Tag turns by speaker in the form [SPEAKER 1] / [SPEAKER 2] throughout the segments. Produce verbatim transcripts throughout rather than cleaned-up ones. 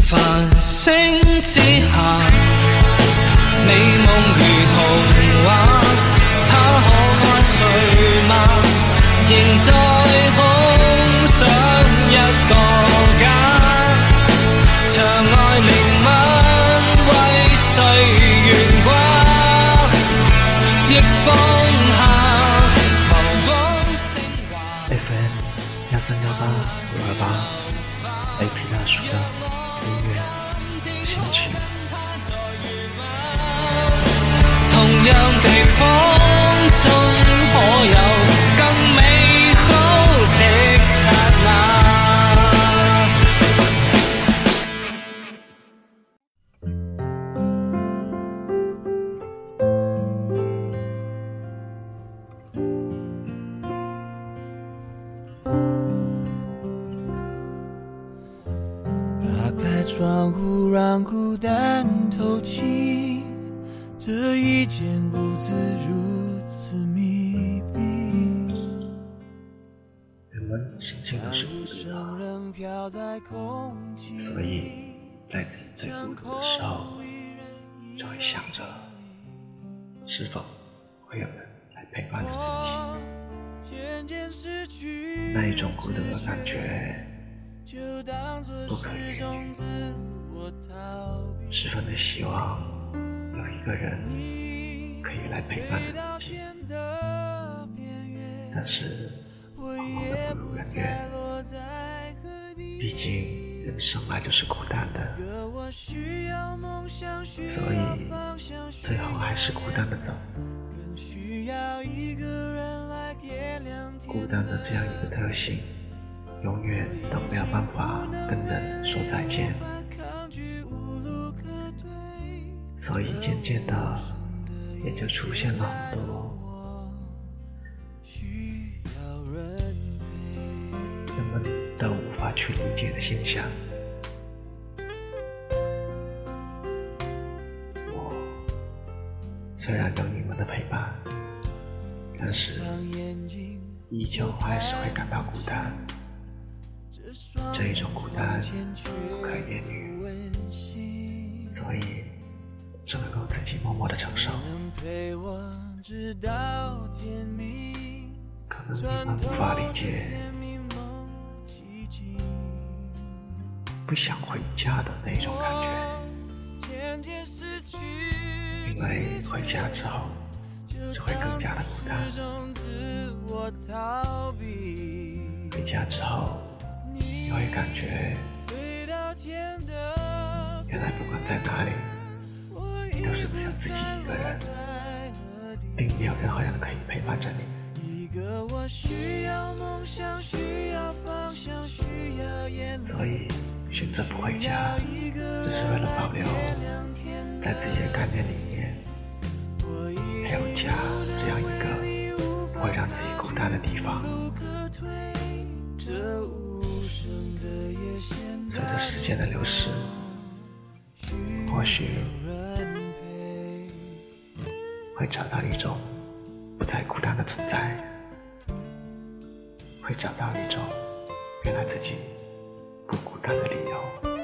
[SPEAKER 1] 繁星之下，美梦如童话，他可爱睡吗？仍在空想一个家，长爱灵吻为谁悬挂，亦放下浮光升华。
[SPEAKER 2] F M 幺三幺八五二八，A P 大叔的音乐心情。
[SPEAKER 1] 同樣地方中可有更美好的剎那。
[SPEAKER 3] 打開窗戶讓孤單透氣，這一間屋子如此密閉。
[SPEAKER 2] 人們心情都是孤獨的，所以在自己最孤獨的時候，就會想着是否會有人來陪伴着自己。那一種孤獨的感覺不可言喻，十分的希望有一個人可以來陪伴着自己，但是往往的不如人願，畢竟人生來就是孤單的，所以最後還是孤單的走。孤單的這樣一個特性，永遠都沒有辦法跟人說再見，所以漸漸的也就出現了很多人們都無法去理解的現象。我雖然有你們的陪伴，但是依舊還是會感到孤單。這一種孤單不可言喻，所以只能夠自己默默的承受。可能你們無法理解不想回家的那種感覺，因為回家之後就會更加的孤單。回家之後你會感覺原來不管在哪裡你都是只有自己一個人，並沒有任何人可以陪伴着你。所以選擇不回家只是為了保留在自己的概念裡面還有家這樣一個不會讓自己孤單的地方。隨着時間的流逝，或許會找到一種不再孤單的存在，會找到一種原來自己不孤單的理由。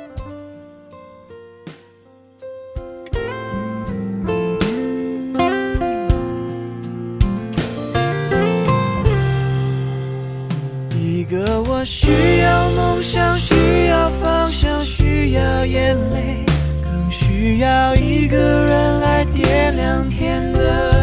[SPEAKER 3] 一個我需要夢想，需要方向，需要眼淚，更需要一個人來點亮天的